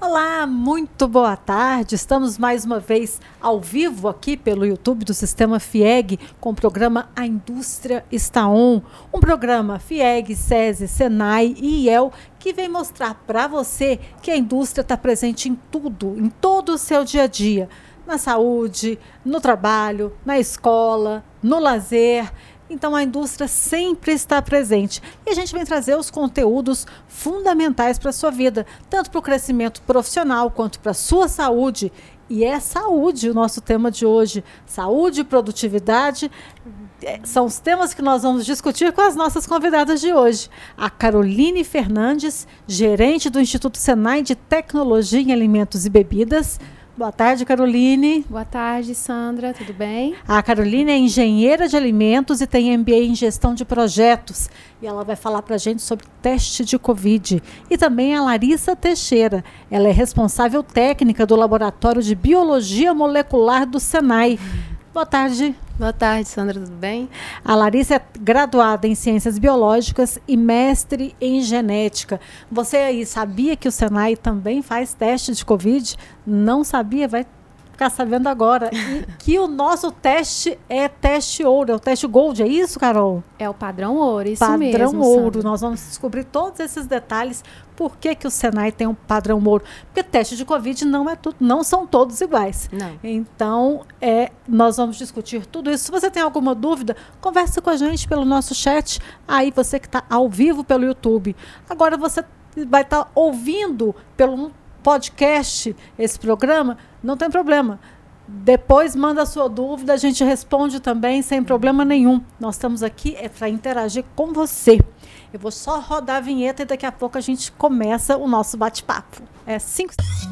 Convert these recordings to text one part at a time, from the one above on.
Olá, muito boa tarde. Estamos mais uma vez ao vivo aqui pelo YouTube do Sistema FIEG com o programa A Indústria Está On. Um programa FIEG, SESI, SENAI e IEL que vem mostrar para você que a indústria está presente em tudo, em todo o seu dia a dia. Na saúde, no trabalho, na escola, no lazer. Então, a indústria sempre está presente. E a gente vem trazer os conteúdos fundamentais para a sua vida, tanto para o crescimento profissional, quanto para a sua saúde. E é saúde o nosso tema de hoje. Saúde e produtividade são os temas que nós vamos discutir com as nossas convidadas de hoje. A Caroline Fernandes, gerente do Instituto Senai de Tecnologia em Alimentos e Bebidas. Boa tarde, Caroline. Boa tarde, Sandra. Tudo bem? A Caroline é engenheira de alimentos e tem MBA em gestão de projetos. E ela vai falar para a gente sobre teste de Covid. E também a Larissa Teixeira. Ela é responsável técnica do Laboratório de Biologia Molecular do Senai. Boa tarde. Boa tarde, Sandra. Tudo bem? A Larissa é graduada em Ciências Biológicas e mestre em Genética. Você aí sabia que o Senai também faz teste de Covid? Não sabia? Vai ficar sabendo agora. E que o nosso teste é teste ouro, é o teste Gold. É isso, Carol? É o padrão ouro, isso padrão mesmo. Padrão ouro. Sandra. Nós vamos descobrir todos esses detalhes. Por que o Senai tem um padrão ouro? Porque teste de Covid não é tudo, não são todos iguais. Não. Então, nós vamos discutir tudo isso. Se você tem alguma dúvida, converse com a gente pelo nosso chat. Aí você que está ao vivo pelo YouTube. Agora você vai estar ouvindo pelo podcast esse programa, não tem problema. Depois manda a sua dúvida, a gente responde também sem problema nenhum. Nós estamos aqui para interagir com você. Eu vou só rodar a vinheta e daqui a pouco a gente começa o nosso bate-papo. É 5...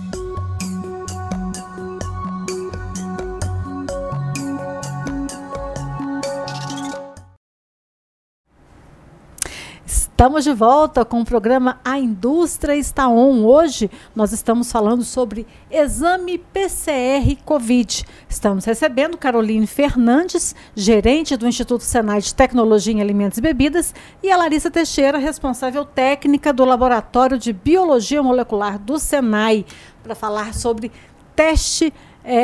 Estamos de volta com o programa A Indústria Está On. Hoje nós estamos falando sobre exame PCR Covid. Estamos recebendo Caroline Fernandes, gerente do Instituto Senai de Tecnologia em Alimentos e Bebidas, e a Larissa Teixeira, responsável técnica do Laboratório de Biologia Molecular do Senai, para falar sobre teste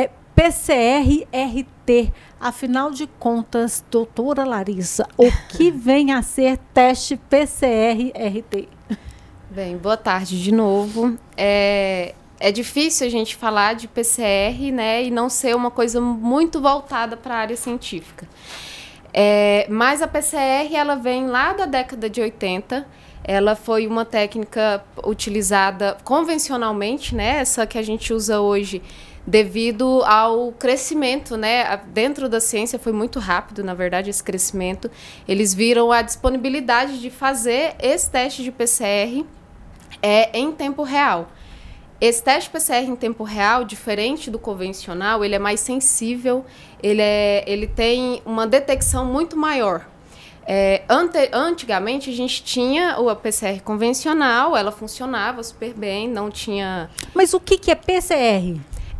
PCR-RT. Afinal de contas, doutora Larissa, o que vem a ser teste PCR-RT? Bem, boa tarde de novo. É difícil a gente falar de PCR, né, e não ser uma coisa muito voltada para a área científica. Mas a PCR, ela vem lá da década de 80. Ela foi uma técnica utilizada convencionalmente, né, essa que a gente usa hoje, devido ao crescimento, né? Dentro da ciência foi muito rápido, na verdade, esse crescimento. Eles viram a disponibilidade de fazer esse teste de PCR em tempo real. Esse teste PCR em tempo real, diferente do convencional, ele é mais sensível, ele tem uma detecção muito maior. Antigamente a gente tinha a PCR convencional, ela funcionava super bem, não tinha... Mas o que é PCR?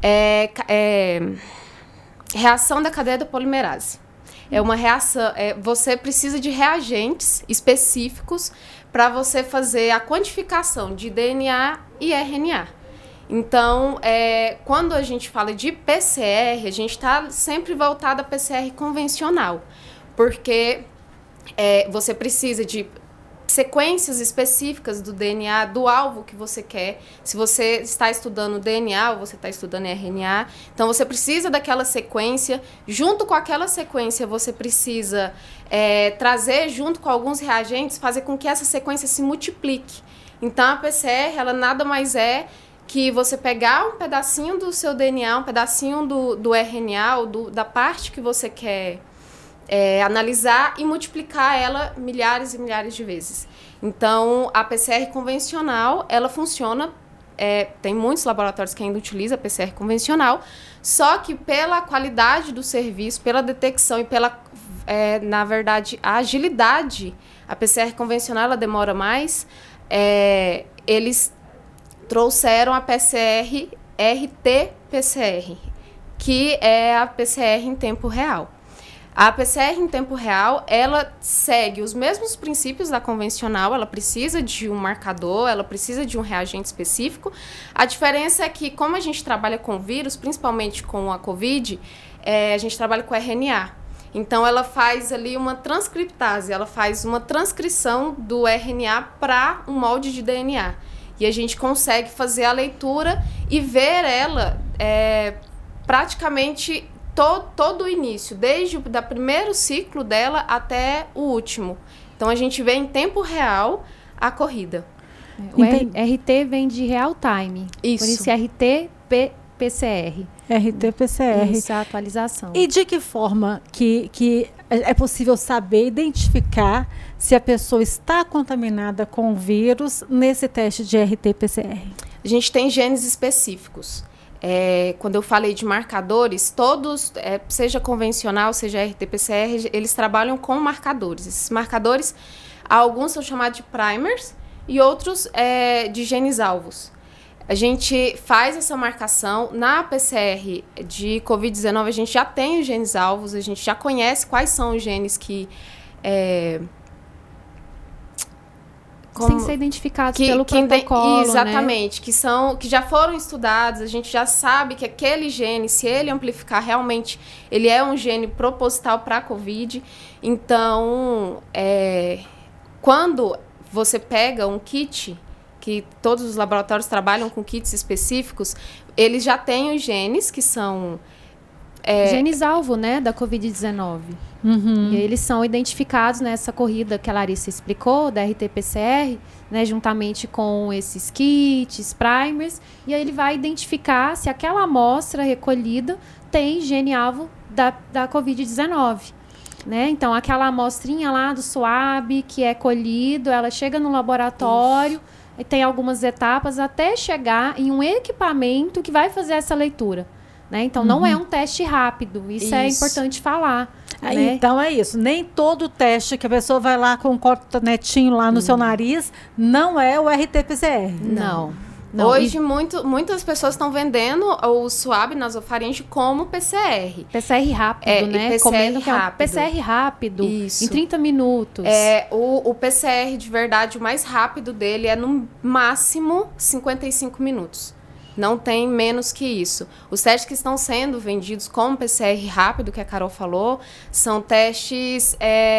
Reação da cadeia da polimerase. É uma reação. Você precisa de reagentes específicos para você fazer a quantificação de DNA e RNA. Então, quando a gente fala de PCR, a gente está sempre voltado à PCR convencional, porque você precisa de sequências específicas do DNA, do alvo que você quer. Se você está estudando DNA ou você está estudando RNA, então você precisa daquela sequência. Junto com aquela sequência, você precisa trazer, junto com alguns reagentes, fazer com que essa sequência se multiplique. Então, a PCR, ela nada mais é que você pegar um pedacinho do seu DNA, um pedacinho do RNA, ou da parte que você quer analisar e multiplicar ela milhares e milhares de vezes. Então, a PCR convencional, ela funciona, tem muitos laboratórios que ainda utilizam a PCR convencional, só que pela qualidade do serviço, pela detecção e pela, na verdade, a agilidade, a PCR convencional ela demora mais, eles trouxeram a PCR RT-PCR, que é a PCR em tempo real. A PCR em tempo real, ela segue os mesmos princípios da convencional, ela precisa de um marcador, ela precisa de um reagente específico. A diferença é que, como a gente trabalha com vírus, principalmente com a COVID, a gente trabalha com RNA. Então, ela faz ali uma transcriptase, ela faz uma transcrição do RNA para um molde de DNA. E a gente consegue fazer a leitura e ver ela praticamente todo o início, desde o primeiro ciclo dela até o último. Então, a gente vê em tempo real a corrida. O RT vem de real time. Isso. Por isso é RT-PCR. RT-PCR. Isso, a atualização. E de que forma que é possível saber, identificar se a pessoa está contaminada com o vírus nesse teste de RT-PCR? A gente tem genes específicos. Quando eu falei de marcadores, todos, seja convencional, seja RT-PCR, eles trabalham com marcadores. Esses marcadores, alguns são chamados de primers e outros de genes-alvos. A gente faz essa marcação. Na PCR de Covid-19, a gente já tem os genes-alvos, a gente já conhece quais são os genes que... Sem ser identificados pelo protocolo, exatamente, né? que já foram estudados, a gente já sabe que aquele gene, se ele amplificar realmente, ele é um gene proposital para a COVID. Então, quando você pega um kit, que todos os laboratórios trabalham com kits específicos, eles já têm os genes que são... genes-alvo, né, da Covid-19. Uhum. E eles são identificados nessa corrida que a Larissa explicou, da RT-PCR, né, juntamente com esses kits, primers, e aí ele vai identificar se aquela amostra recolhida tem gene-alvo da Covid-19. Né? Então, aquela amostrinha lá do swab que é colhido, ela chega no laboratório, e tem algumas etapas até chegar em um equipamento que vai fazer essa leitura. Né? Então, não é um teste rápido. Isso é importante falar. Né? Então, é isso. Nem todo teste que a pessoa vai lá com um cotonetinho lá no seu nariz não é o RT-PCR. Não. Hoje, muitas pessoas estão vendendo o swab nasofaringe como PCR. PCR rápido, né? PCR rápido. PCR rápido, isso. Em 30 minutos. O PCR, de verdade, o mais rápido dele é no máximo 55 minutos. Não tem menos que isso. Os testes que estão sendo vendidos como PCR rápido, que a Carol falou, são testes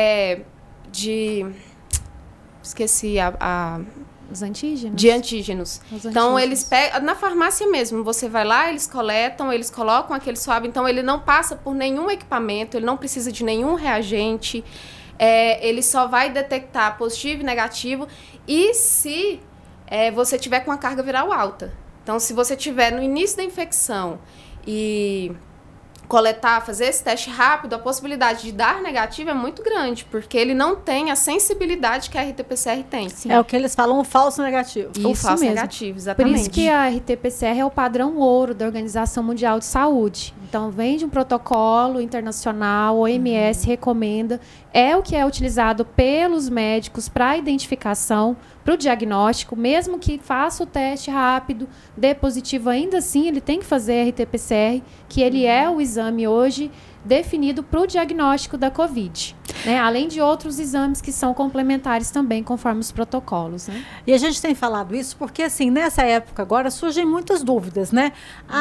de... Esqueci Os antígenos? De antígenos. Então, eles pegam... Na farmácia mesmo, você vai lá, eles coletam, eles colocam aquele swab. Então, ele não passa por nenhum equipamento, ele não precisa de nenhum reagente. Ele só vai detectar positivo e negativo. E se você tiver com a carga viral alta. Então, se você tiver no início da infecção e fazer esse teste rápido, a possibilidade de dar negativo é muito grande, porque ele não tem a sensibilidade que a RT-PCR tem. Sim. É o que eles falam, o falso negativo. O falso negativo, exatamente. Por isso que a RT-PCR é o padrão ouro da Organização Mundial de Saúde. Então, vem de um protocolo internacional, a OMS recomenda, é o que é utilizado pelos médicos para identificação, para o diagnóstico, mesmo que faça o teste rápido, dê positivo, ainda assim ele tem que fazer RT-PCR, que ele é o exame hoje definido para o diagnóstico da COVID, né? Além de outros exames que são complementares também, conforme os protocolos, né? E a gente tem falado isso porque, assim, nessa época agora surgem muitas dúvidas, né?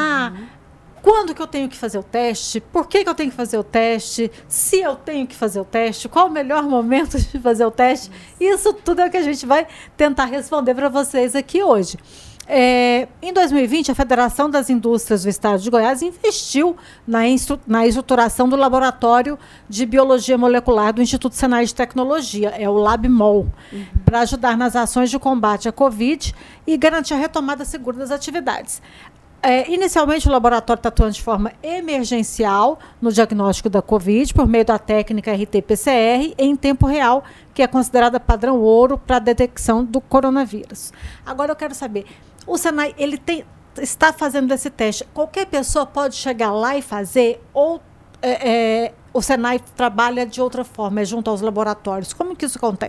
Quando que eu tenho que fazer o teste? Por que eu tenho que fazer o teste? Se eu tenho que fazer o teste? Qual o melhor momento de fazer o teste? Isso tudo é o que a gente vai tentar responder para vocês aqui hoje. Em 2020, a Federação das Indústrias do Estado de Goiás investiu na estruturação do Laboratório de Biologia Molecular do Instituto Senai de Tecnologia, o LabMol, para ajudar nas ações de combate à Covid e garantir a retomada segura das atividades. Inicialmente, o laboratório está atuando de forma emergencial no diagnóstico da Covid, por meio da técnica RT-PCR, em tempo real, que é considerada padrão ouro para a detecção do coronavírus. Agora, eu quero saber, o Senai está fazendo esse teste. Qualquer pessoa pode chegar lá e fazer? Ou o Senai trabalha de outra forma, junto aos laboratórios? Como que isso acontece?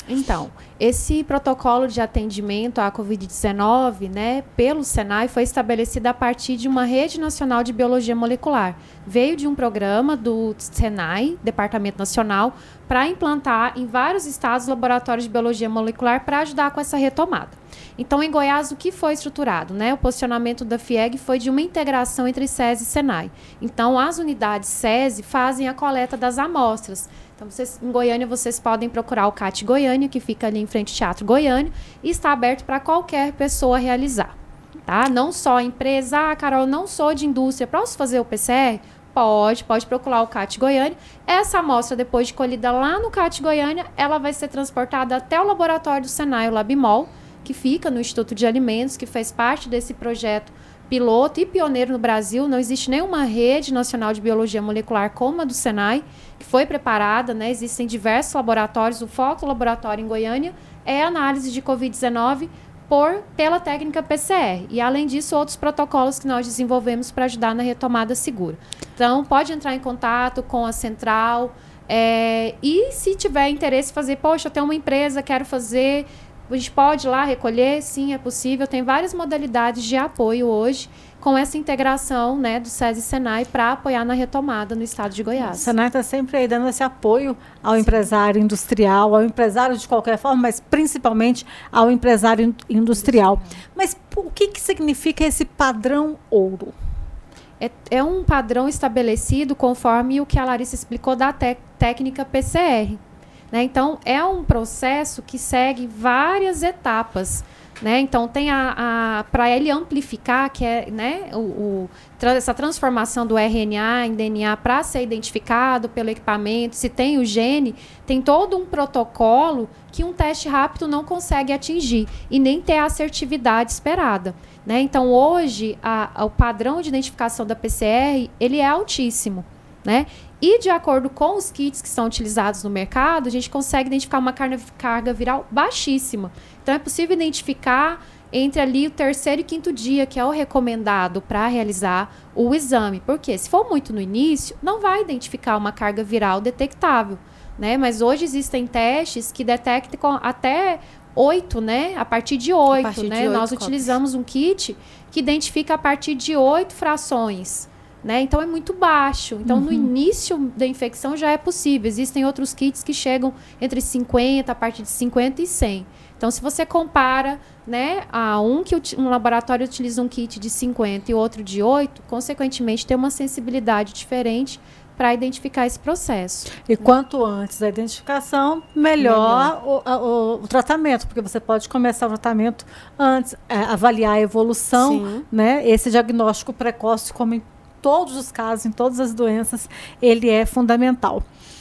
Então, esse protocolo de atendimento à Covid-19, né, pelo Senai, foi estabelecido a partir de uma rede nacional de biologia molecular. Veio de um programa do Senai, Departamento Nacional, para implantar em vários estados laboratórios de biologia molecular para ajudar com essa retomada. Então, em Goiás, o que foi estruturado? Né? O posicionamento da FIEG foi de uma integração entre SESI e Senai. Então, as unidades SESI fazem a coleta das amostras. Então, em Goiânia, vocês podem procurar o CAT Goiânia, que fica ali em frente ao Teatro Goiânia, e está aberto para qualquer pessoa realizar. Tá? Não só a empresa, Carol, não sou de indústria, posso fazer o PCR? Pode procurar o CAT Goiânia. Essa amostra, depois de colhida lá no CAT Goiânia, ela vai ser transportada até o laboratório do Senai, o Labimol, que fica no Instituto de Alimentos, que faz parte desse projeto piloto e pioneiro no Brasil. Não existe nenhuma rede nacional de biologia molecular como a do Senai, que foi preparada, né? Existem diversos laboratórios. O foco do laboratório em Goiânia é a análise de Covid-19 pela técnica PCR. E, além disso, outros protocolos que nós desenvolvemos para ajudar na retomada segura. Então, pode entrar em contato com a central. E, se tiver interesse em fazer, poxa, eu tenho uma empresa, quero fazer... A gente pode ir lá recolher? Sim, é possível. Tem várias modalidades de apoio hoje com essa integração, né, do SESI e Senai para apoiar na retomada no estado de Goiás. O Senai está sempre aí dando esse apoio ao empresário industrial, ao empresário de qualquer forma, mas principalmente ao empresário industrial. Mas o que significa esse padrão ouro? É um padrão estabelecido conforme o que a Larissa explicou da técnica PCR. Né? Então, é um processo que segue várias etapas. Né? Então, tem para ele amplificar, que é, né, essa transformação do RNA em DNA para ser identificado pelo equipamento, se tem o gene, tem todo um protocolo que um teste rápido não consegue atingir e nem ter a assertividade esperada. Né? Então, hoje, o padrão de identificação da PCR ele é altíssimo. Né? E, de acordo com os kits que são utilizados no mercado, a gente consegue identificar uma carga viral baixíssima. Então, é possível identificar entre ali o 3º e 5º dia, que é o recomendado para realizar o exame. Porque, se for muito no início, não vai identificar uma carga viral detectável. Né? Mas hoje existem testes que detectam até 8, né? A partir de 8, né? Nós utilizamos um kit que identifica a partir de 8 frações. Né? Então, é muito baixo. Então, no início da infecção já é possível. Existem outros kits que chegam entre 50, a partir de 50 e 100. Então, se você compara, né, um laboratório utiliza um kit de 50 e outro de 8, consequentemente, tem uma sensibilidade diferente para identificar esse processo. E quanto antes a identificação, melhor. O tratamento, porque você pode começar o tratamento antes, avaliar a evolução, né? Esse diagnóstico precoce, como em todos os casos, em todas as doenças, ele é fundamental.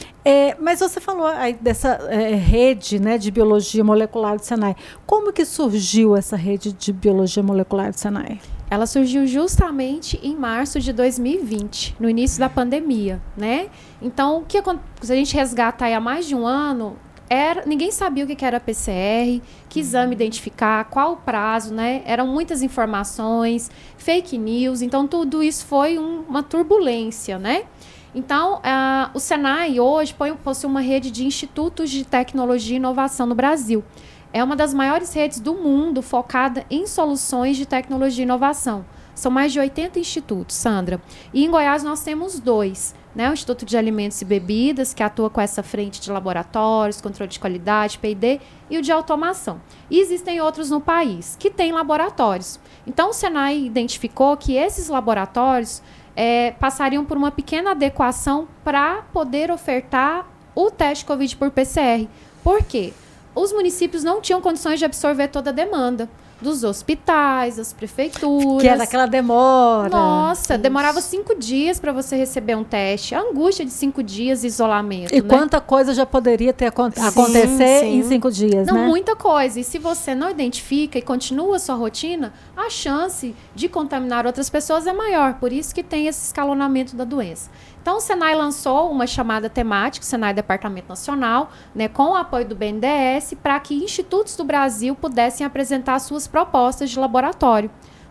Mas você falou aí dessa rede, né, de biologia molecular do Senai. Como que surgiu essa rede de biologia molecular do Senai? Ela surgiu justamente em março de 2020, no início da pandemia, né? Então, se a gente resgata aí há mais de um ano, ninguém sabia o que era PCR, que exame identificar, qual o prazo, né? Eram muitas informações, fake news, então tudo isso foi uma turbulência, né? Então, o Senai hoje possui uma rede de institutos de tecnologia e inovação no Brasil. É uma das maiores redes do mundo focada em soluções de tecnologia e inovação. São mais de 80 institutos, Sandra. E em Goiás nós temos 2. Né, o Instituto de Alimentos e Bebidas, que atua com essa frente de laboratórios, controle de qualidade, P&D, e o de automação. E existem outros no país, que têm laboratórios. Então, o Senai identificou que esses laboratórios passariam por uma pequena adequação para poder ofertar o teste COVID por PCR. Por quê? Os municípios não tinham condições de absorver toda a demanda dos hospitais, das prefeituras. Que era aquela demora. Nossa, demorava 5 dias para você receber um teste. A angústia de 5 dias de isolamento. E quanta coisa já poderia acontecer em 5 dias, não, né? Muita coisa. E se você não identifica e continua a sua rotina, a chance de contaminar outras pessoas é maior. Por isso que tem esse escalonamento da doença. Então, o Senai lançou uma chamada temática, o Senai Departamento Nacional, né, com o apoio do BNDES, para que institutos do Brasil pudessem apresentar suas propostas de laboratório.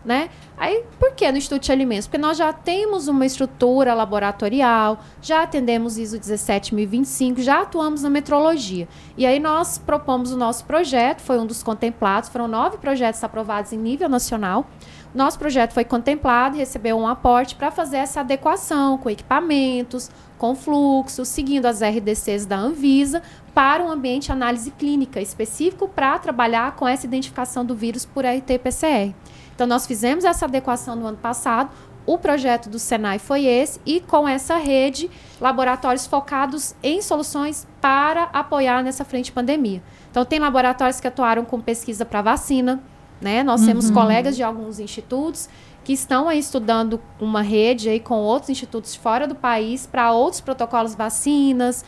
né? Aí, por que no Instituto de Alimentos? Porque nós já temos uma estrutura laboratorial, já atendemos ISO 17025, já atuamos na metrologia. E aí nós propomos o nosso projeto, foi um dos contemplados, foram 9 projetos aprovados em nível nacional. Nosso projeto foi contemplado e recebeu um aporte para fazer essa adequação com equipamentos, com fluxo, seguindo as RDCs da Anvisa, para um ambiente de análise clínica específico para trabalhar com essa identificação do vírus por RT-PCR. Então, nós fizemos essa adequação no ano passado, o projeto do Senai foi esse, e com essa rede, laboratórios focados em soluções para apoiar nessa frente de pandemia. Então, tem laboratórios que atuaram com pesquisa para vacina, né? Nós temos colegas de alguns institutos que estão aí estudando uma rede aí com outros institutos fora do país para outros protocolos, vacinas,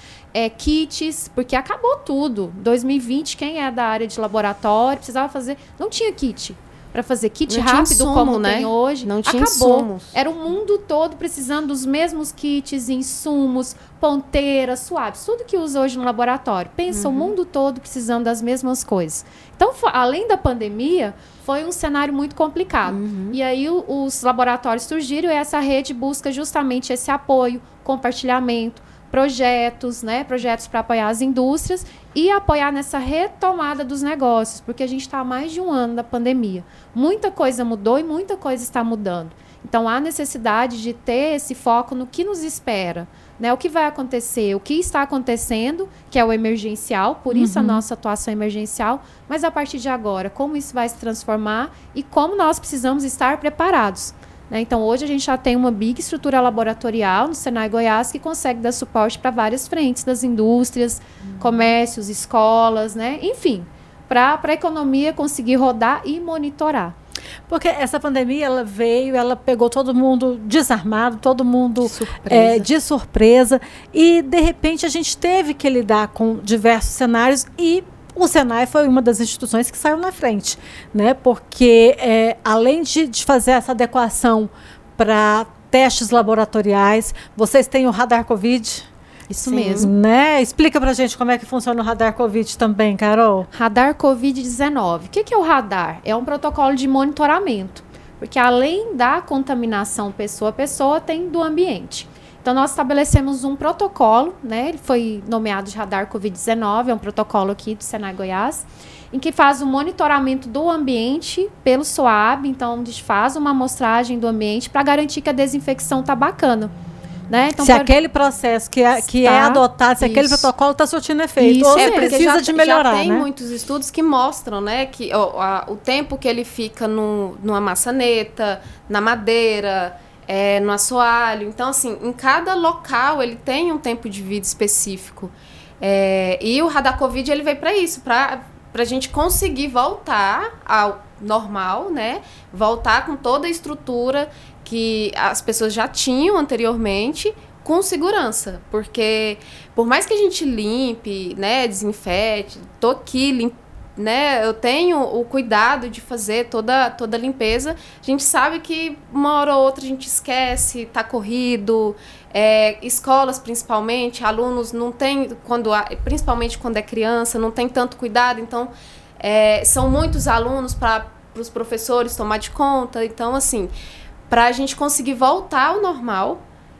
kits, porque acabou tudo. 2020, quem é da área de laboratório precisava fazer, não tinha kit. Para fazer kit não rápido, insumo, como né? tem hoje, não tinha acabou. Insumos. Era o mundo todo precisando dos mesmos kits, insumos, ponteiras, suaves, tudo que usa hoje no laboratório. Pensa o mundo todo precisando das mesmas coisas. Então, além da pandemia, foi um cenário muito complicado. E aí os laboratórios surgiram e essa rede busca justamente esse apoio, compartilhamento, projetos, né? Projetos para apoiar as indústrias e apoiar nessa retomada dos negócios, porque a gente está há mais de um ano da pandemia. Muita coisa mudou e muita coisa está mudando. Então, há necessidade de ter esse foco no que nos espera, né? O que vai acontecer, o que está acontecendo, que é o emergencial, por isso a nossa atuação emergencial, mas a partir de agora, como isso vai se transformar e como nós precisamos estar preparados. Então, hoje a gente já tem uma big estrutura laboratorial no Senai Goiás que consegue dar suporte para várias frentes das indústrias, comércios, escolas, né? Enfim, para a economia conseguir rodar e monitorar. Porque essa pandemia, ela veio, ela pegou todo mundo desarmado, todo mundo de surpresa. E, de repente, a gente teve que lidar com diversos cenários e o Senai foi uma das instituições que saiu na frente, né? Porque, além de fazer essa adequação para testes laboratoriais, vocês têm o radar Covid. Isso mesmo. Né? Explica para a gente como é que funciona o radar Covid também, Carol. Radar Covid-19. O que é o radar? É um protocolo de monitoramento, porque além da contaminação pessoa a pessoa, tem do ambiente. Então, nós estabelecemos um protocolo, né? Ele foi nomeado de Radar Covid-19, é um protocolo aqui do Senai Goiás, em que faz o monitoramento do ambiente pelo SOAB. Então, a gente faz uma amostragem do ambiente para garantir que a desinfecção está bacana. Né? Então, se aquele processo que é adotado, se aquele protocolo está surtindo efeito, ou precisa de melhorar, já tem né? muitos estudos que mostram, né, que o tempo que ele fica numa maçaneta, na madeira, no assoalho. Então, assim, em cada local ele tem um tempo de vida específico. E o Radar Covid ele veio para isso, para a gente conseguir voltar ao normal, né? Voltar com toda a estrutura que as pessoas já tinham anteriormente, com segurança. Porque, por mais que a gente limpe, né, desinfete, tô aqui, né, eu tenho o cuidado de fazer toda a limpeza, a gente sabe que uma hora ou outra a gente esquece, tá corrido, escolas principalmente, alunos não tem, principalmente quando é criança, não tem tanto cuidado, então são muitos alunos para os professores tomar de conta, então assim, para a gente conseguir voltar ao normal,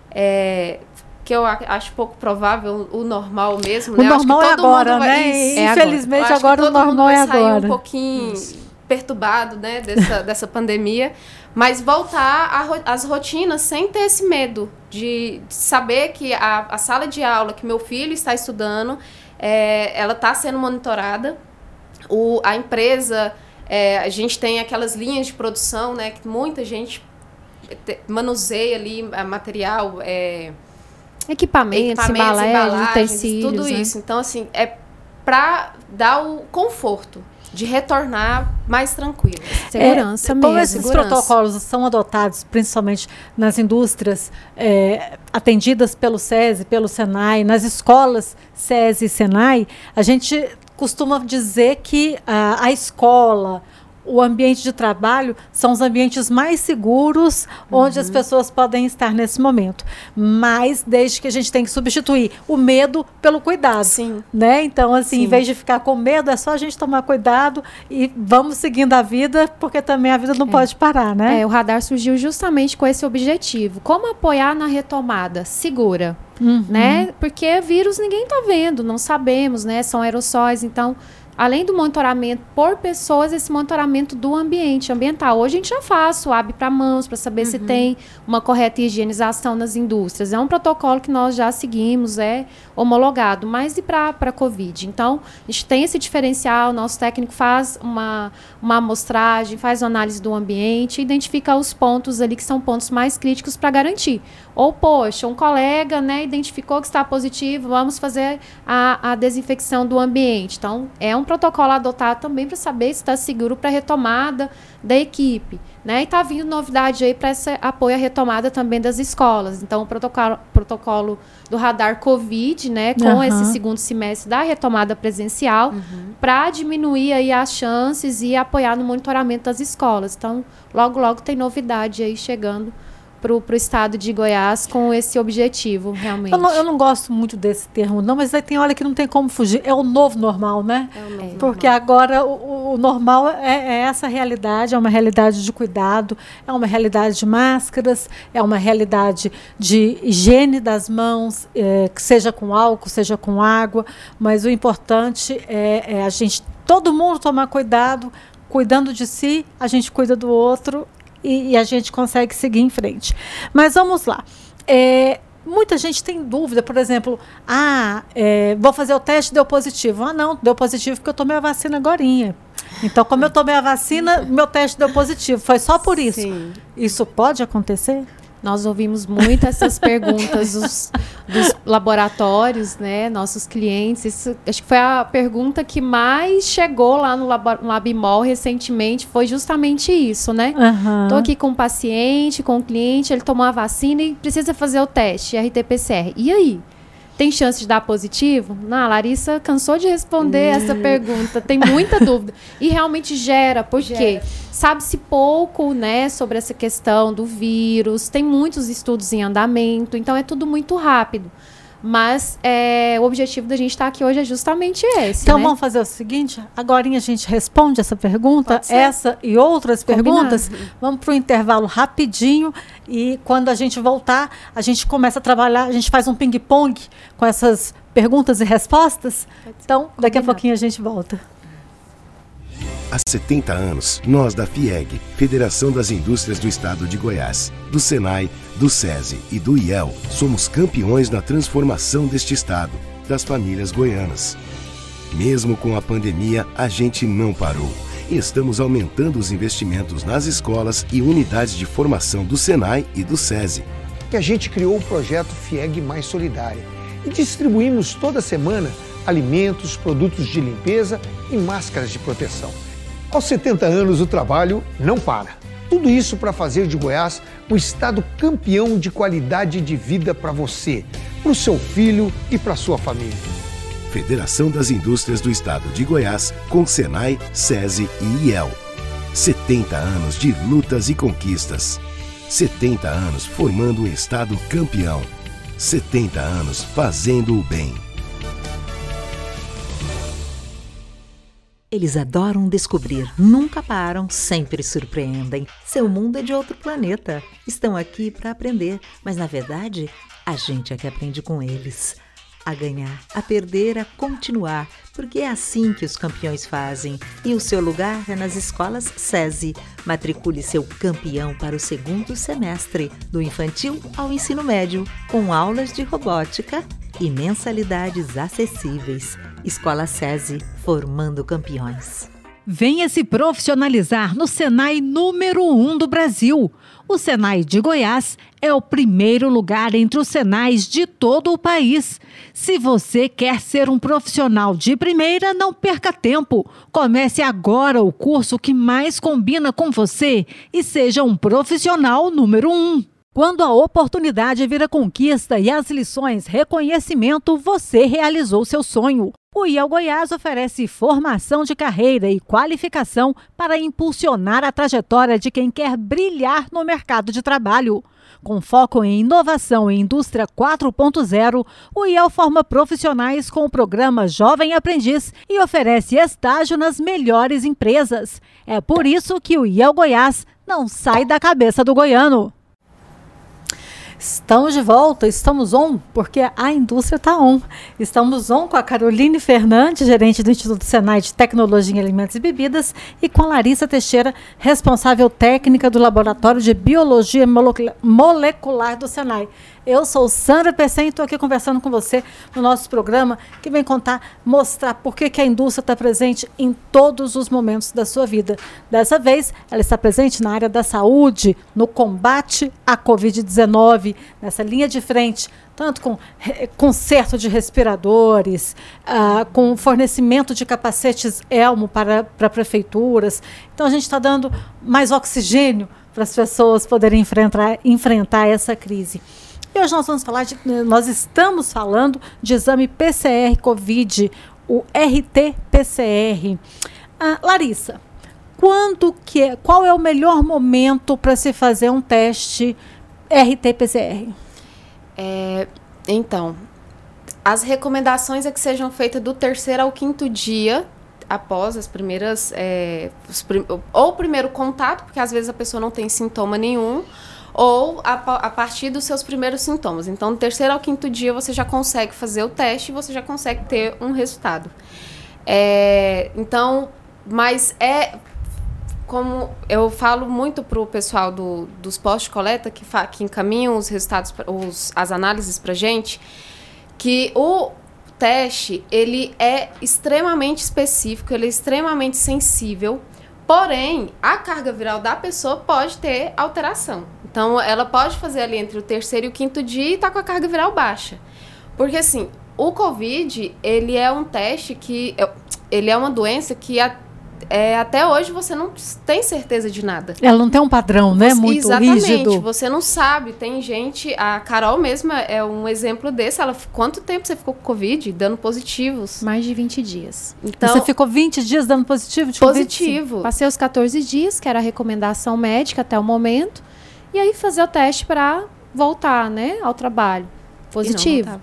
que eu acho pouco provável o normal mesmo, né? O normal é agora, né? Infelizmente agora o normal é agora. Todo mundo vai sair um pouquinho perturbado, né, dessa pandemia, mas voltar às rotinas sem ter esse medo de saber que a sala de aula que meu filho está estudando, ela está sendo monitorada, a empresa, a gente tem aquelas linhas de produção, né, que muita gente manuseia ali material, equipamentos, embalagens, utensílios, tudo isso. Então, assim, para dar o conforto de retornar mais tranquilo. Segurança mesmo. Como esses protocolos são adotados, principalmente nas indústrias atendidas pelo SESI, pelo Senai, nas escolas SESI e Senai, a gente costuma dizer que a escola, o ambiente de trabalho são os ambientes mais seguros onde as pessoas podem estar nesse momento. Mas desde que a gente tem que substituir o medo pelo cuidado. Sim. Né? Então, assim, Sim. em vez de ficar com medo, é só a gente tomar cuidado e vamos seguindo a vida, porque também a vida não pode parar, né? O radar surgiu justamente com esse objetivo. Como apoiar na retomada segura? Né? Porque vírus ninguém está vendo, não sabemos, né? São aerossóis, então... Além do monitoramento por pessoas, esse monitoramento do ambiente ambiental. Hoje a gente já faz swab para mãos, para saber se tem uma correta higienização nas indústrias. É um protocolo que nós já seguimos, é homologado, mas e para a Covid? Então, a gente tem esse diferencial, nosso técnico faz uma amostragem, faz uma análise do ambiente, identifica os pontos ali que são pontos mais críticos para garantir. Ou, poxa, um colega, né, identificou que está positivo, vamos fazer a desinfecção do ambiente. Então, é um protocolo adotado também para saber se está seguro para a retomada da equipe. Né? E está vindo novidade aí para esse apoio à retomada também das escolas. Então, o protocolo do radar Covid, né, com esse segundo semestre da retomada presencial, para diminuir aí as chances e apoiar no monitoramento das escolas. Então, logo, logo tem novidade aí chegando para o estado de Goiás com esse objetivo, realmente. Eu não gosto muito desse termo, não, mas aí tem hora que não tem como fugir. É o novo normal, né? É o novo Porque normal. agora o normal é essa realidade, é uma realidade de cuidado, é uma realidade de máscaras, é uma realidade de higiene das mãos, que seja com álcool, seja com água, mas o importante é a gente, todo mundo tomar cuidado, cuidando de si, a gente cuida do outro, e a gente consegue seguir em frente. Mas vamos lá. Muita gente tem dúvida, por exemplo, vou fazer o teste, deu positivo. Não, deu positivo porque eu tomei a vacina agorinha. Então, como eu tomei a vacina, meu teste deu positivo. Foi só por isso. Sim. Isso pode acontecer? Nós ouvimos muito essas perguntas dos laboratórios, né, nossos clientes. Isso, acho que foi a pergunta que mais chegou lá no Labimol recentemente, foi justamente isso, né? Estou aqui com um paciente, com um cliente, ele tomou a vacina e precisa fazer o teste RT-PCR. E aí? Tem chance de dar positivo? Não, a Larissa cansou de responder essa pergunta. Tem muita dúvida. E realmente gera, porque sabe-se pouco, né, sobre essa questão do vírus. Tem muitos estudos em andamento, então é tudo muito rápido. Mas o objetivo da gente estar aqui hoje é justamente esse. Então, né? Vamos fazer o seguinte, agora a gente responde essa pergunta, essa e outras perguntas. Vamos para o intervalo rapidinho e quando a gente voltar, a gente começa a trabalhar, a gente faz um ping-pong com essas perguntas e respostas. Então, daqui a pouquinho a gente volta. Há 70 anos, nós da FIEG, Federação das Indústrias do Estado de Goiás, do SENAI, do SESI e do IEL, somos campeões na transformação deste estado, das famílias goianas. Mesmo com a pandemia, a gente não parou. E estamos aumentando os investimentos nas escolas e unidades de formação do SENAI e do SESI. A gente criou o projeto FIEG Mais Solidária e distribuímos toda semana alimentos, produtos de limpeza e máscaras de proteção. Aos 70 anos, o trabalho não para. Tudo isso para fazer de Goiás um estado campeão de qualidade de vida para você, para o seu filho e para a sua família. Federação das Indústrias do Estado de Goiás, com SENAI, SESI e IEL. 70 anos de lutas e conquistas. 70 anos formando um estado campeão. 70 anos fazendo o bem. Eles adoram descobrir, nunca param, sempre surpreendem. Seu mundo é de outro planeta. Estão aqui para aprender, mas na verdade, a gente é que aprende com eles. A ganhar, a perder, a continuar, porque é assim que os campeões fazem. E o seu lugar é nas escolas SESI. Matricule seu campeão para o segundo semestre, do infantil ao ensino médio, com aulas de robótica e mensalidades acessíveis. Escola SESI, formando campeões. Venha se profissionalizar no Senai número 1 do Brasil. O Senai de Goiás é o primeiro lugar entre os Senais de todo o país. Se você quer ser um profissional de primeira, não perca tempo. Comece agora o curso que mais combina com você e seja um profissional número 1. Quando a oportunidade vira conquista e as lições reconhecimento, você realizou seu sonho. O IEL Goiás oferece formação de carreira e qualificação para impulsionar a trajetória de quem quer brilhar no mercado de trabalho. Com foco em inovação e indústria 4.0, o IEL forma profissionais com o programa Jovem Aprendiz e oferece estágio nas melhores empresas. É por isso que o IEL Goiás não sai da cabeça do goiano. Estamos de volta, estamos on, porque a indústria está on. Estamos on com a Caroline Fernandes, gerente do Instituto Senai de Tecnologia em Alimentos e Bebidas, e com a Larissa Teixeira, responsável técnica do Laboratório de Biologia Molecular do Senai. Eu sou Sandra Pecém e estou aqui conversando com você no nosso programa, que vem mostrar por que a indústria está presente em todos os momentos da sua vida. Dessa vez, ela está presente na área da saúde, no combate à Covid-19, nessa linha de frente, tanto com conserto de respiradores, com fornecimento de capacetes Elmo para prefeituras. Então, a gente está dando mais oxigênio para as pessoas poderem enfrentar essa crise. E hoje nós estamos falando de exame PCR COVID, o RT-PCR. Larissa, qual é o melhor momento para se fazer um teste RT-PCR? Então, as recomendações é que sejam feitas do 3º ao 5º dia após as primeiras... ou o primeiro contato, porque às vezes a pessoa não tem sintoma nenhum, ou a partir dos seus primeiros sintomas. Então, do 3º ao 5º dia, você já consegue fazer o teste e você já consegue ter um resultado. Como eu falo muito para o pessoal dos postos de coleta, que encaminham os resultados, as análises para a gente, que o teste, ele é extremamente específico, ele é extremamente sensível, porém, a carga viral da pessoa pode ter alteração. Então, ela pode fazer ali entre o 3º e o 5º dia e estar com a carga viral baixa. Porque, assim, o COVID, ele é um teste que... Ele é uma doença que até hoje você não tem certeza de nada. Ela não tem um padrão, né? Muito rígido. Exatamente. Você não sabe. Tem gente... A Carol mesma é um exemplo desse. Quanto tempo você ficou com Covid? Dando positivos? Mais de 20 dias. Então, você ficou 20 dias dando positivo? Positivo. Passei os 14 dias, que era a recomendação médica até o momento. E aí fazer o teste para voltar, né, ao trabalho. Positivo.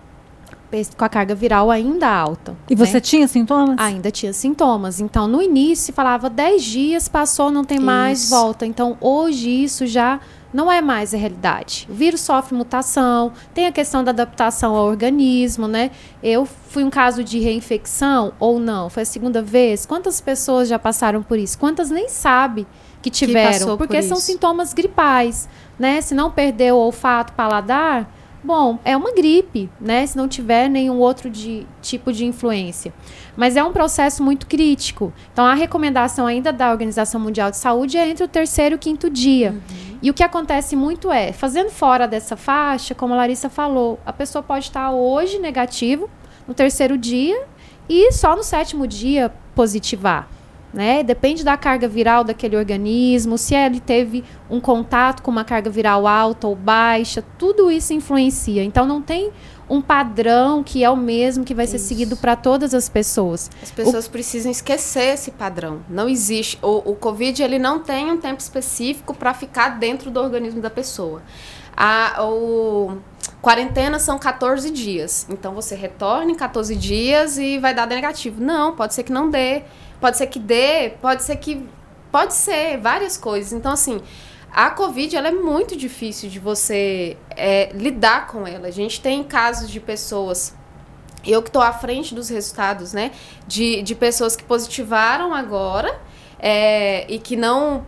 Com a carga viral ainda alta. E você tinha sintomas? Ainda tinha sintomas. Então, no início, falava 10 dias, passou, não tem mais, volta. Então, hoje, isso já não é mais a realidade. O vírus sofre mutação, tem a questão da adaptação ao organismo, né? Eu fui um caso de reinfecção ou não? Foi a 2ª vez? Quantas pessoas já passaram por isso? Quantas nem sabem que tiveram? Porque são sintomas gripais, né? Se não perdeu o olfato, paladar... Bom, é uma gripe, né? Se não tiver nenhum outro tipo de influência. Mas é um processo muito crítico. Então, a recomendação ainda da Organização Mundial de Saúde é entre o 3º e o 5º dia. E o que acontece muito fazendo fora dessa faixa, como a Larissa falou, a pessoa pode estar hoje negativo, no 3º dia, e só no 7º dia positivar. Né? Depende da carga viral daquele organismo, se ele teve um contato com uma carga viral alta ou baixa, tudo isso influencia. Então, não tem um padrão que é o mesmo que vai ser seguido para todas as pessoas. As pessoas precisam esquecer esse padrão. Não existe. O COVID, ele não tem um tempo específico para ficar dentro do organismo da pessoa. Quarentena são 14 dias. Então, você retorna em 14 dias e vai dar negativo. Não, pode ser que não dê. Pode ser que dê, pode ser várias coisas. Então, assim, a COVID, ela é muito difícil de você lidar com ela. A gente tem casos de pessoas, eu que estou à frente dos resultados, né, de pessoas que positivaram agora e que não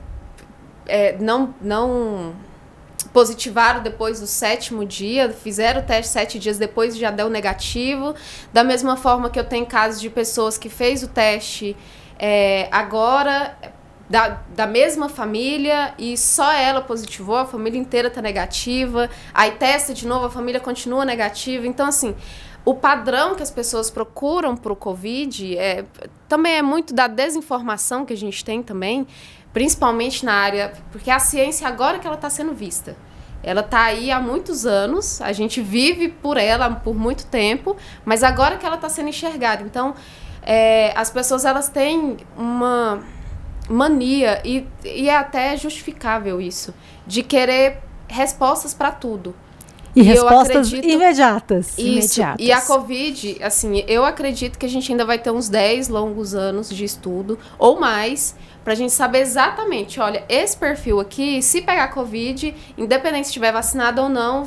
positivaram depois do 7º dia, fizeram o teste 7 dias depois e já deu negativo. Da mesma forma que eu tenho casos de pessoas que fez o teste agora, da mesma família, e só ela positivou, a família inteira está negativa, aí testa de novo, a família continua negativa. Então, assim, o padrão que as pessoas procuram para o COVID também é muito da desinformação que a gente tem também, principalmente na área, porque a ciência agora que ela está sendo vista. Ela está aí há muitos anos, a gente vive por ela por muito tempo, mas agora que ela está sendo enxergada. Então, as pessoas elas têm uma mania, e é até justificável isso, de querer respostas para tudo. E respostas imediatas. Isso. E a Covid, assim, eu acredito que a gente ainda vai ter uns 10 longos anos de estudo, ou mais, pra gente saber exatamente, olha, esse perfil aqui, se pegar Covid, independente se estiver vacinado ou não,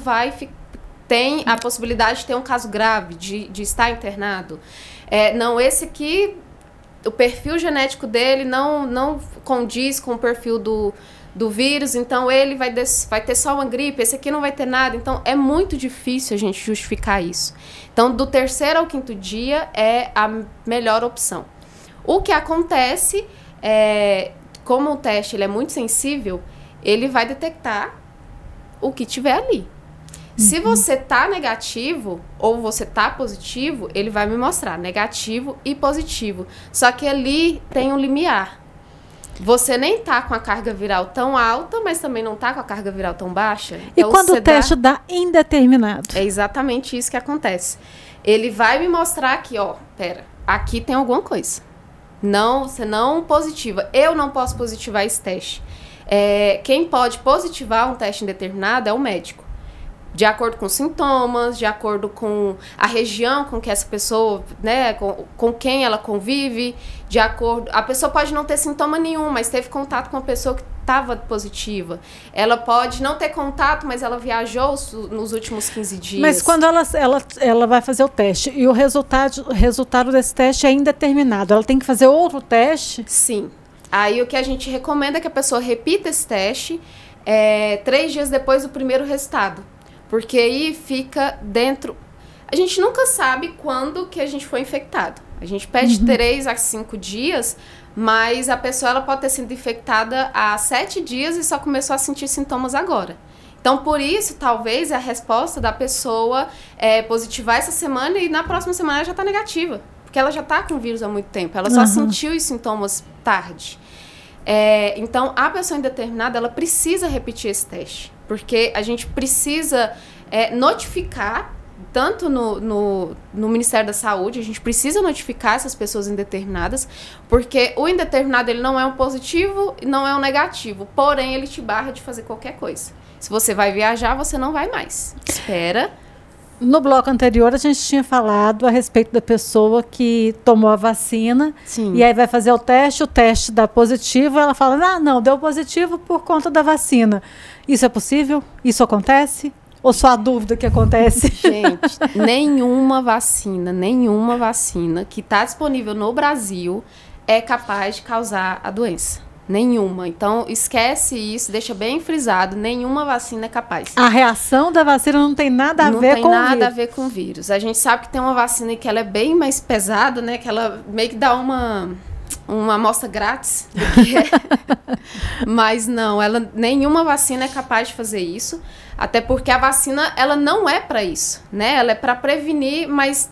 tem a possibilidade de ter um caso grave, de estar internado. Não, esse aqui, o perfil genético dele não condiz com o perfil do vírus, então ele vai ter só uma gripe, esse aqui não vai ter nada. Então, é muito difícil a gente justificar isso. Então, do 3º ao 5º dia é a melhor opção. O que acontece como o teste ele é muito sensível, ele vai detectar o que tiver ali. Se você tá negativo ou você tá positivo, ele vai me mostrar negativo e positivo. Só que ali tem um limiar. Você nem tá com a carga viral tão alta, mas também não tá com a carga viral tão baixa. Então, e quando o teste dá indeterminado? É exatamente isso que acontece. Ele vai me mostrar aqui, ó, pera, aqui tem alguma coisa. Não, você não positiva. Eu não posso positivar esse teste. Quem pode positivar um teste indeterminado é o médico. De acordo com os sintomas, de acordo com a região com que essa pessoa, né, com quem ela convive, de acordo... A pessoa pode não ter sintoma nenhum, mas teve contato com uma pessoa que estava positiva. Ela pode não ter contato, mas ela viajou nos últimos 15 dias. Mas quando ela vai fazer o teste e o resultado desse teste é indeterminado, ela tem que fazer outro teste? Sim. Aí o que a gente recomenda é que a pessoa repita esse teste 3 dias depois do primeiro resultado. Porque aí fica dentro... A gente nunca sabe quando que a gente foi infectado. A gente pede 3 a 5 dias, mas a pessoa ela pode ter sido infectada há 7 dias e só começou a sentir sintomas agora. Então, por isso, talvez a resposta da pessoa positivar essa semana e na próxima semana ela já está negativa. Porque ela já está com o vírus há muito tempo. Ela só sentiu os sintomas tarde. Então, a pessoa indeterminada, ela precisa repetir esse teste. Porque a gente precisa notificar, tanto no Ministério da Saúde, a gente precisa notificar essas pessoas indeterminadas, porque o indeterminado ele não é um positivo e não é um negativo, porém ele te barra de fazer qualquer coisa. Se você vai viajar, você não vai mais. Espera. No bloco anterior, a gente tinha falado a respeito da pessoa que tomou a vacina. Sim. E aí vai fazer o teste dá positivo, ela fala, não, deu positivo por conta da vacina. Isso é possível? Isso acontece? Ou só a dúvida que acontece? Gente, nenhuma vacina que está disponível no Brasil é capaz de causar a doença. Nenhuma. Então, esquece isso, deixa bem frisado, nenhuma vacina é capaz. A reação da vacina não tem nada a ver com o vírus. Não tem nada a ver com o vírus. A gente sabe que tem uma vacina que ela é bem mais pesada, né? Que ela meio que dá uma amostra grátis do que é. Mas não, nenhuma vacina é capaz de fazer isso. Até porque a vacina, ela não é para isso, né? Ela é para prevenir, mas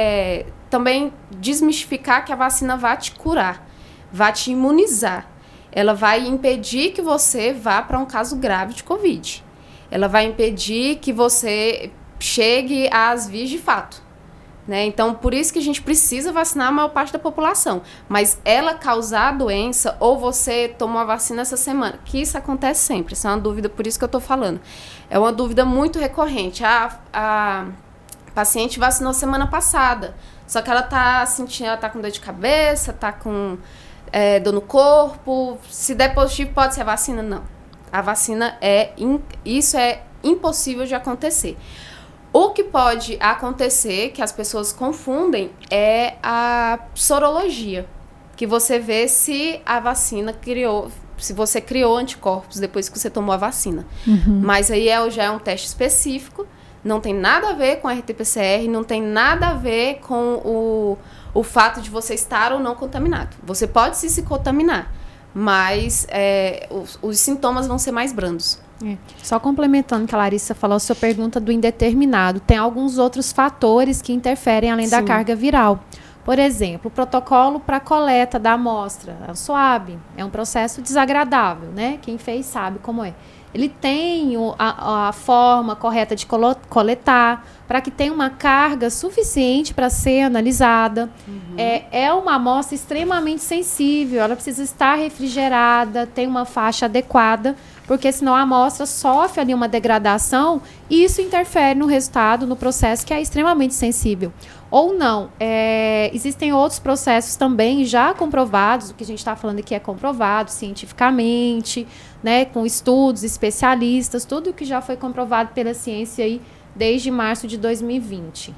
também desmistificar que a vacina vai te curar, vai te imunizar. Ela vai impedir que você vá para um caso grave de Covid. Ela vai impedir que você chegue às vias de fato. Né? Então, por isso que a gente precisa vacinar a maior parte da população. Mas ela causar a doença, ou você tomou a vacina essa semana, que isso acontece sempre. Isso é uma dúvida, por isso que eu estou falando. É uma dúvida muito recorrente. A paciente vacinou semana passada, só que ela está sentindo, ela está com dor de cabeça, está com... dor no corpo, se der positivo pode ser a vacina? Não. A vacina isso é impossível de acontecer. O que pode acontecer, que as pessoas confundem, é a sorologia, que você vê se a vacina se você criou anticorpos depois que você tomou a vacina. Mas aí já é um teste específico, não tem nada a ver com a RT-PCR, não tem nada a ver com o fato de você estar ou não contaminado. Você pode se contaminar, mas os sintomas vão ser mais brandos. Só complementando o que a Larissa falou, a sua pergunta do indeterminado, tem alguns outros fatores que interferem além da carga viral. Por exemplo, o protocolo para coleta da amostra, a SWAB, é um processo desagradável, né? Quem fez sabe como é. ele tem a forma correta de coletar, para que tenha uma carga suficiente para ser analisada. É uma amostra extremamente sensível, ela precisa estar refrigerada, tem uma faixa adequada, porque senão a amostra sofre ali uma degradação e isso interfere no resultado, no processo que é extremamente sensível. Ou não, existem outros processos também já comprovados, o que a gente está falando aqui é comprovado cientificamente, né, com estudos, especialistas, tudo que já foi comprovado pela ciência aí desde março de 2020.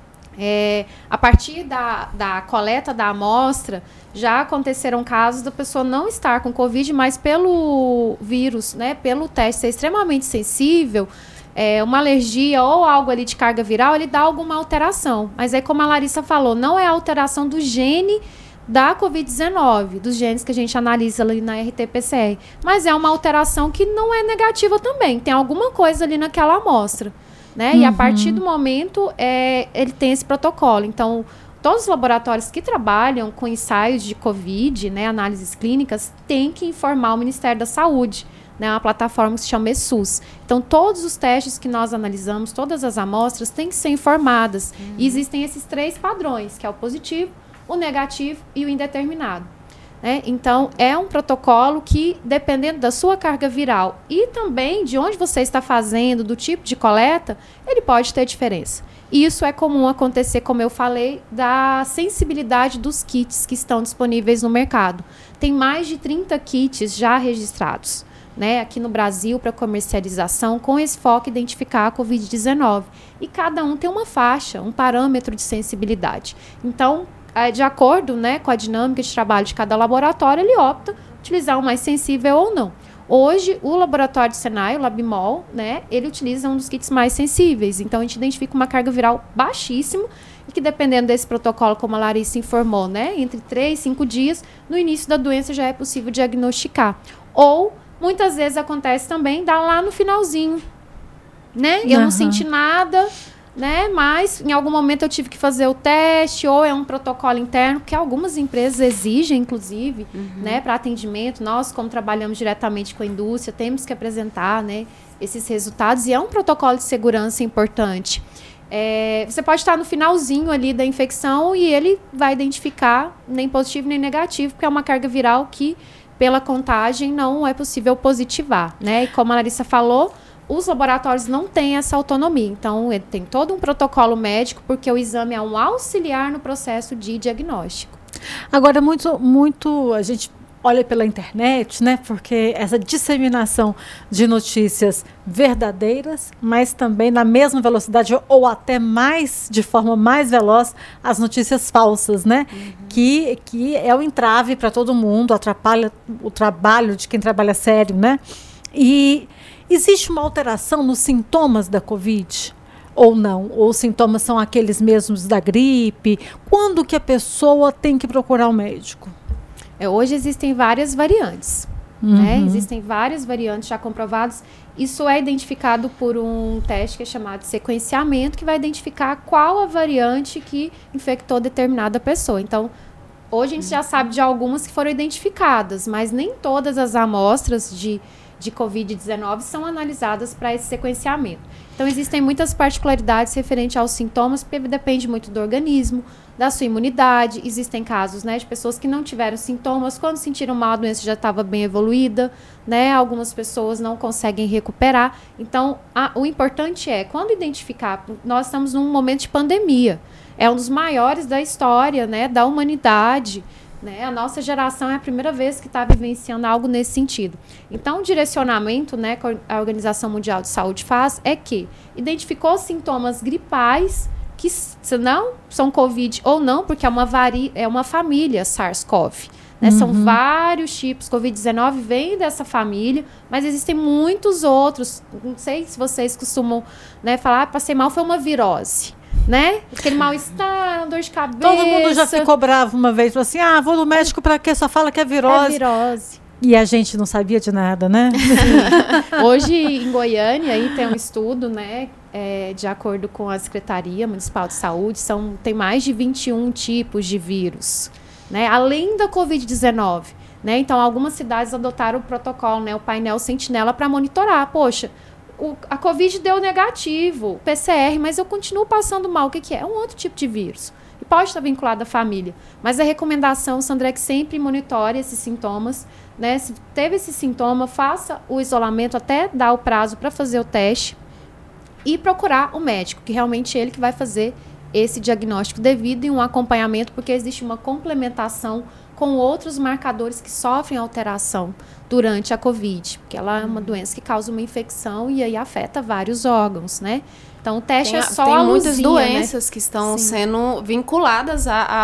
A partir da coleta da amostra, já aconteceram casos da pessoa não estar com Covid, mas pelo vírus, né, pelo teste ser extremamente sensível, uma alergia ou algo ali de carga viral, ele dá alguma alteração. Mas aí, como a Larissa falou, não é a alteração do gene da Covid-19, dos genes que a gente analisa ali na RT-PCR, mas é uma alteração que não é negativa também, tem alguma coisa ali naquela amostra, né? E a partir do momento, ele tem esse protocolo. Então, todos os laboratórios que trabalham com ensaios de Covid, né, análises clínicas, têm que informar o Ministério da Saúde, né, uma plataforma que se chama ESUS. Então, todos os testes que nós analisamos, todas as amostras, têm que ser informadas. E existem esses 3 padrões, que é o positivo, o negativo e o indeterminado. Né? Então, é um protocolo que, dependendo da sua carga viral e também de onde você está fazendo, do tipo de coleta, ele pode ter diferença. E isso é comum acontecer, como eu falei, da sensibilidade dos kits que estão disponíveis no mercado. Tem mais de 30 kits já registrados, né, aqui no Brasil para comercialização, com esse foco em identificar a Covid-19. E cada um tem uma faixa, um parâmetro de sensibilidade. Então, de acordo, né, com a dinâmica de trabalho de cada laboratório, ele opta utilizar o mais sensível ou não. Hoje, o laboratório de Senai, o Labimol, né, ele utiliza um dos kits mais sensíveis. Então, a gente identifica uma carga viral baixíssima e que, dependendo desse protocolo, como a Larissa informou, né, entre 3 e 5 dias, no início da doença já é possível diagnosticar. Ou, muitas vezes acontece também, dá lá no finalzinho, né? Eu não senti nada, né? Mas em algum momento eu tive que fazer o teste, ou é um protocolo interno, que algumas empresas exigem, inclusive, né, para atendimento. Nós, como trabalhamos diretamente com a indústria, temos que apresentar, né, esses resultados, e é um protocolo de segurança importante. Você pode estar no finalzinho ali da infecção e ele vai identificar nem positivo nem negativo, porque é uma carga viral que, pela contagem, não é possível positivar, né? E como a Larissa falou, os laboratórios não têm essa autonomia. Então, ele tem todo um protocolo médico, porque o exame é um auxiliar no processo de diagnóstico. Agora, muito a gente olha pela internet, né? Porque essa disseminação de notícias verdadeiras, mas também na mesma velocidade ou até mais, de forma mais veloz, as notícias falsas, né? Que é o entrave para todo mundo, atrapalha o trabalho de quem trabalha sério, né? E existe uma alteração nos sintomas da Covid? Ou não? Ou os sintomas são aqueles mesmos da gripe? Quando que a pessoa tem que procurar um médico? Hoje existem várias variantes, né? Existem várias variantes já comprovadas. Isso é identificado por um teste que é chamado de sequenciamento, que vai identificar qual a variante que infectou determinada pessoa. Então, hoje a gente já sabe de algumas que foram identificadas, mas nem todas as amostras de Covid-19 são analisadas para esse sequenciamento. Então, existem muitas particularidades referentes aos sintomas, porque depende muito do organismo, da sua imunidade. Existem casos, né, de pessoas que não tiveram sintomas, quando sentiram mal, a doença já estava bem evoluída, né? Algumas pessoas não conseguem recuperar. Então, o importante é, quando identificar, nós estamos num momento de pandemia, é um dos maiores da história, né, da humanidade, né? A nossa geração é a primeira vez que está vivenciando algo nesse sentido. Então, o direcionamento, né, que a Organização Mundial de Saúde faz é que identificou sintomas gripais, que se não são Covid ou não, porque é uma família SARS-CoV. Né? São vários tipos. Covid-19 vem dessa família, mas existem muitos outros. Não sei se vocês costumam, né, falar, passei mal, foi uma virose. Né? Aquele mal-estar, dor de cabeça. Todo mundo já ficou bravo uma vez, falou assim, vou no médico para quê? Só fala que é virose. É virose. E a gente não sabia de nada, né? Hoje, em Goiânia, aí tem um estudo, né, de acordo com a Secretaria Municipal de Saúde, tem mais de 21 tipos de vírus, né? Além da Covid-19. né? Então, algumas cidades adotaram o protocolo, né, o painel Sentinela, para monitorar. Poxa, a Covid deu negativo, PCR, mas eu continuo passando mal. O que é? É um outro tipo de vírus. E pode estar vinculado à família. Mas a recomendação, Sandra, é que sempre monitore esses sintomas, né? Se teve esse sintoma, faça o isolamento até dar o prazo para fazer o teste e procurar o médico, que realmente é ele que vai fazer esse diagnóstico devido e um acompanhamento, porque existe uma complementação com outros marcadores que sofrem alteração durante a Covid, porque ela é uma doença que causa uma infecção e aí afeta vários órgãos, né? Então, o teste é só a luzinha, muitas doenças, né, que estão Sim. sendo vinculadas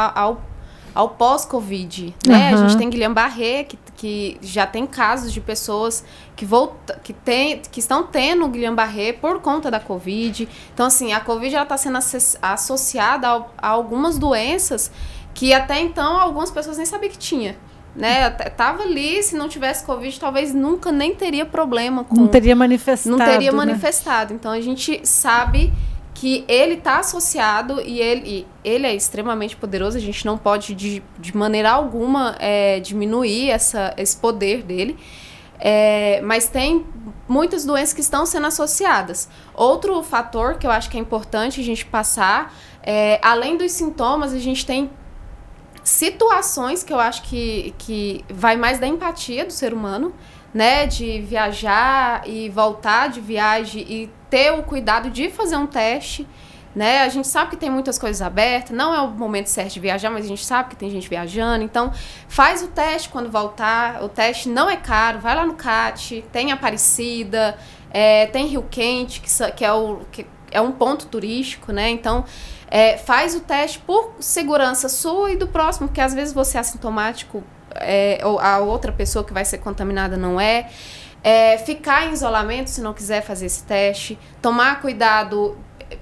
ao pós-Covid, né? A gente tem Guillain-Barré, que já tem casos de pessoas que estão tendo Guillain-Barré por conta da Covid. Então, assim, a Covid está sendo associada a algumas doenças que até então algumas pessoas nem sabiam que tinha. Né? Tava ali, se não tivesse Covid, talvez nunca nem teria problema com... Não teria manifestado. Não teria né? manifestado. Então, a gente sabe que ele está associado e ele é extremamente poderoso. A gente não pode, de maneira alguma, diminuir esse poder dele. Mas tem muitas doenças que estão sendo associadas. Outro fator que eu acho que é importante a gente passar, além dos sintomas, a gente tem situações que eu acho que vai mais da empatia do ser humano, né? De viajar e voltar de viagem e ter o cuidado de fazer um teste, né? A gente sabe que tem muitas coisas abertas, não é o momento certo de viajar, mas a gente sabe que tem gente viajando, então faz o teste quando voltar. O teste não é caro, vai lá no CAT, tem Aparecida, tem Rio Quente, que é um ponto turístico, né? Então, faz o teste por segurança sua e do próximo, porque às vezes você é assintomático, ou a outra pessoa que vai ser contaminada não é. Ficar em isolamento se não quiser fazer esse teste, tomar cuidado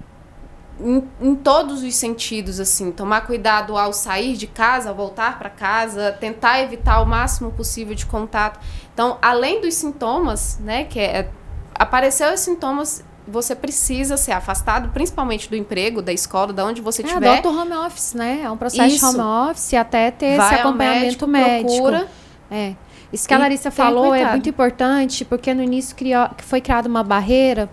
em todos os sentidos, assim, tomar cuidado ao sair de casa, ao voltar para casa, tentar evitar o máximo possível de contato. Então, além dos sintomas, né, apareceu os sintomas, você precisa ser afastado, principalmente do emprego, da escola, de onde você estiver. Adota o home office, né? É um processo de home office até ter esse acompanhamento médico. Procura. Isso que a Larissa falou é muito importante, porque no início foi criada uma barreira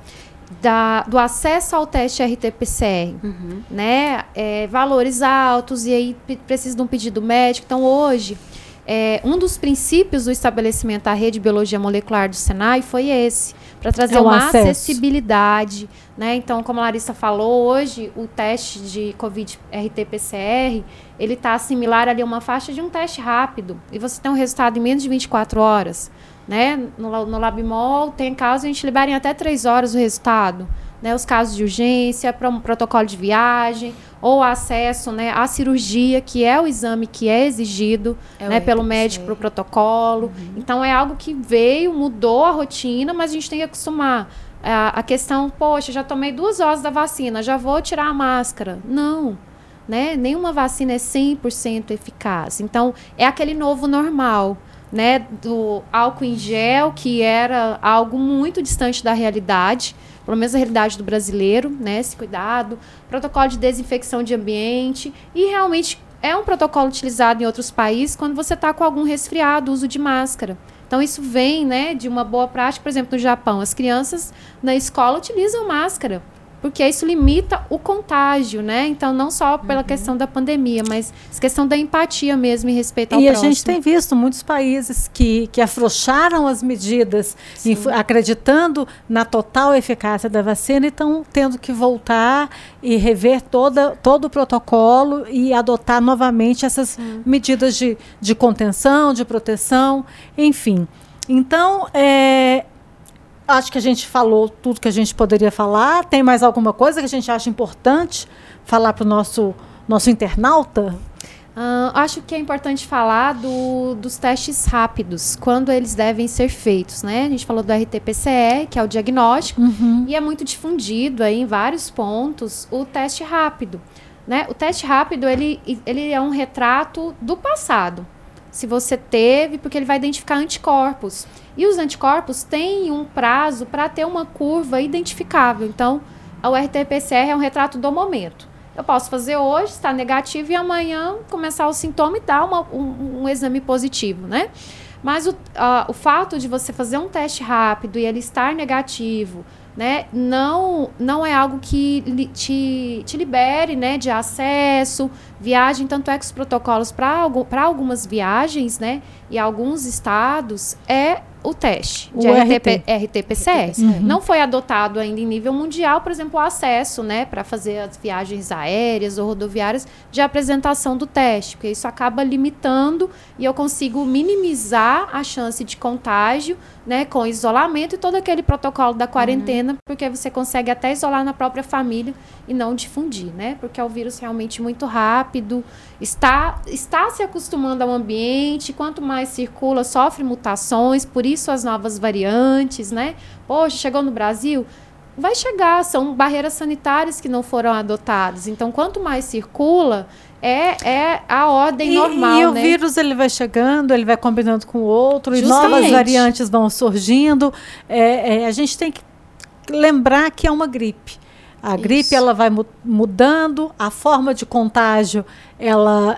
do acesso ao teste RT-PCR, né? Valores altos e aí precisa de um pedido médico. Então, hoje, um dos princípios do estabelecimento da rede de biologia molecular do Senai foi esse, para trazer uma acessibilidade, né? Então, como a Larissa falou, hoje o teste de Covid RT-PCR, ele está similar ali a uma faixa de um teste rápido, e você tem um resultado em menos de 24 horas, né? No LabMol tem casos a gente libera em até 3 horas o resultado, né? Os casos de urgência, para um protocolo de viagem, ou acesso, né, à cirurgia, que é o exame que é exigido, né, pelo médico para o protocolo. Então, é algo que mudou a rotina, mas a gente tem que acostumar. A questão, poxa, já tomei 2 doses da vacina, já vou tirar a máscara. Não, né? Nenhuma vacina é 100% eficaz. Então, é aquele novo normal, né, do álcool em gel, que era algo muito distante da realidade, pelo menos a realidade do brasileiro, né, esse cuidado, protocolo de desinfecção de ambiente, e realmente é um protocolo utilizado em outros países quando você está com algum resfriado, uso de máscara. Então, isso vem, né, de uma boa prática. Por exemplo, no Japão, as crianças na escola utilizam máscara, porque isso limita o contágio, né? Então, não só pela questão da pandemia, mas a questão da empatia mesmo em respeito ao próximo. E a gente tem visto muitos países que afrouxaram as medidas, acreditando na total eficácia da vacina, e estão tendo que voltar e rever todo o protocolo e adotar novamente essas medidas de contenção, de proteção, enfim. Então, acho que a gente falou tudo que a gente poderia falar. Tem mais alguma coisa que a gente acha importante falar para o nosso internauta? Acho que é importante falar dos testes rápidos, quando eles devem ser feitos, né? A gente falou do RT-PCR, que é o diagnóstico, e é muito difundido aí em vários pontos o teste rápido, né? O teste rápido, ele é um retrato do passado. Se você teve, porque ele vai identificar anticorpos. E os anticorpos têm um prazo para ter uma curva identificável. Então, o RT-PCR é um retrato do momento. Eu posso fazer hoje, estar negativo, e amanhã começar o sintoma e dar um exame positivo, né? Mas o fato de você fazer um teste rápido e ele estar negativo, né, não é algo que te libere, né, de acesso, viagem. Tanto é que os protocolos para algumas viagens, né, e alguns estados é o teste de RT-PCR. Não foi adotado ainda em nível mundial, por exemplo, o acesso, né, para fazer as viagens aéreas ou rodoviárias de apresentação do teste, porque isso acaba limitando e eu consigo minimizar a chance de contágio, né, com isolamento e todo aquele protocolo da quarentena, porque você consegue até isolar na própria família e não difundir, né, porque é um vírus realmente muito rápido, está se acostumando ao ambiente, quanto mais circula, sofre mutações, por isso as novas variantes, né? Poxa, chegou no Brasil? Vai chegar, são barreiras sanitárias que não foram adotadas. Então, quanto mais circula, é a ordem normal, e o né? vírus, ele vai chegando, ele vai combinando com o outro, Justamente. E novas variantes vão surgindo. A gente tem que lembrar que é uma gripe. A gripe, ela vai mudando, a forma de contágio, ela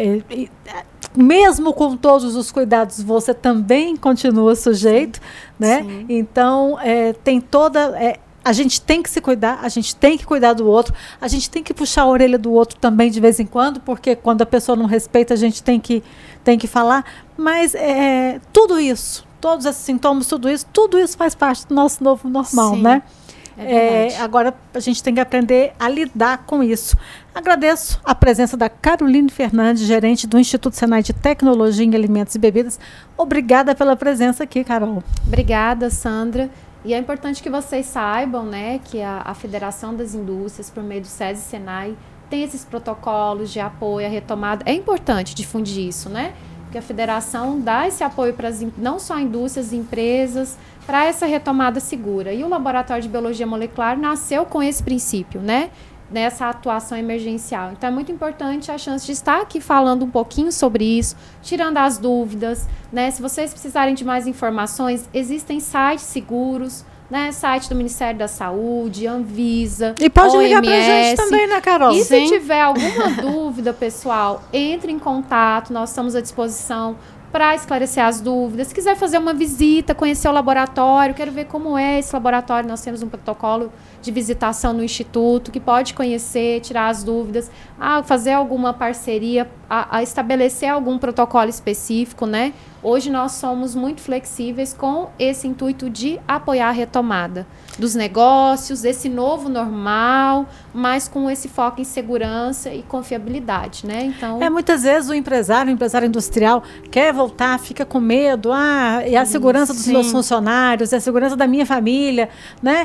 mesmo com todos os cuidados, você também continua sujeito, né? Sim. Então, tem toda... a gente tem que se cuidar, a gente tem que cuidar do outro, a gente tem que puxar a orelha do outro também de vez em quando, porque quando a pessoa não respeita, a gente tem que falar. Mas tudo isso, todos esses sintomas, tudo isso faz parte do nosso novo normal, sim, né? Agora a gente tem que aprender a lidar com isso. Agradeço a presença da Caroline Fernandes, gerente do Instituto Senai de Tecnologia em Alimentos e Bebidas. Obrigada pela presença aqui, Carol. Obrigada, Sandra. E é importante que vocês saibam, né, que a Federação das Indústrias, por meio do SESI e Senai, tem esses protocolos de apoio à retomada. É importante difundir isso, né? Porque a federação dá esse apoio para não só indústrias e empresas, para essa retomada segura. E o Laboratório de Biologia Molecular nasceu com esse princípio, né? Nessa atuação emergencial. Então, é muito importante a chance de estar aqui falando um pouquinho sobre isso, tirando as dúvidas, né? Se vocês precisarem de mais informações, existem sites seguros, né? Site do Ministério da Saúde, Anvisa, e pode OMS. Ligar pra gente também, né, Carol? E se tiver alguma dúvida, pessoal, entre em contato, nós estamos à disposição para esclarecer as dúvidas. Se quiser fazer uma visita, conhecer o laboratório, quero ver como é esse laboratório, nós temos um protocolo de visitação no Instituto, que pode conhecer, tirar as dúvidas, fazer alguma parceria, a estabelecer algum protocolo específico, né? Hoje nós somos muito flexíveis com esse intuito de apoiar a retomada dos negócios, esse novo normal, mas com esse foco em segurança e confiabilidade, né? Então, muitas vezes o empresário industrial quer voltar, fica com medo, e a segurança dos meus funcionários, a segurança da minha família, né?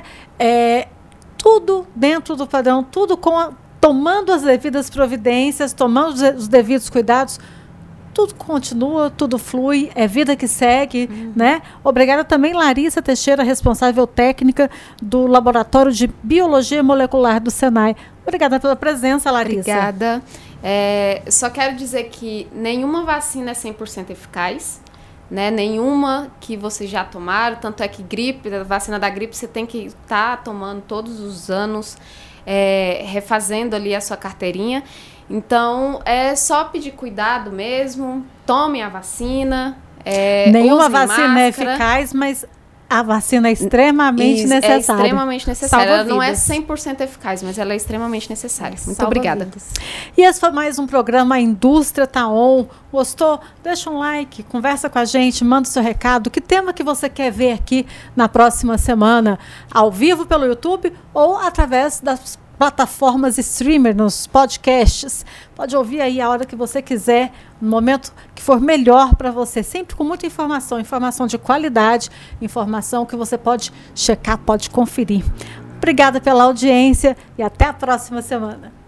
Tudo dentro do padrão, tudo tomando as devidas providências, tomando os devidos cuidados, tudo continua, tudo flui, é vida que segue, né? Obrigada também, Larissa Teixeira, responsável técnica do Laboratório de Biologia Molecular do Senai. Obrigada pela presença, Larissa. Obrigada. Só quero dizer que nenhuma vacina é 100% eficaz, né? Nenhuma que vocês já tomaram, tanto é que a vacina da gripe você tem que estar tomando todos os anos, refazendo ali a sua carteirinha. Então, é só pedir cuidado mesmo, tomem a vacina. Nenhuma vacina é eficaz, mas a vacina é extremamente necessária. É extremamente necessária. Ela não é 100% eficaz, mas ela é extremamente necessária. Muito obrigada. E esse foi mais um programa A Indústria Tá On. Gostou? Deixa um like, conversa com a gente, manda o seu recado. Que tema que você quer ver aqui na próxima semana? Ao vivo pelo YouTube ou através das plataformas streamer, nos podcasts. Pode ouvir aí a hora que você quiser, no momento que for melhor para você, sempre com muita informação de qualidade, informação que você pode checar, pode conferir. Obrigada pela audiência e até a próxima semana.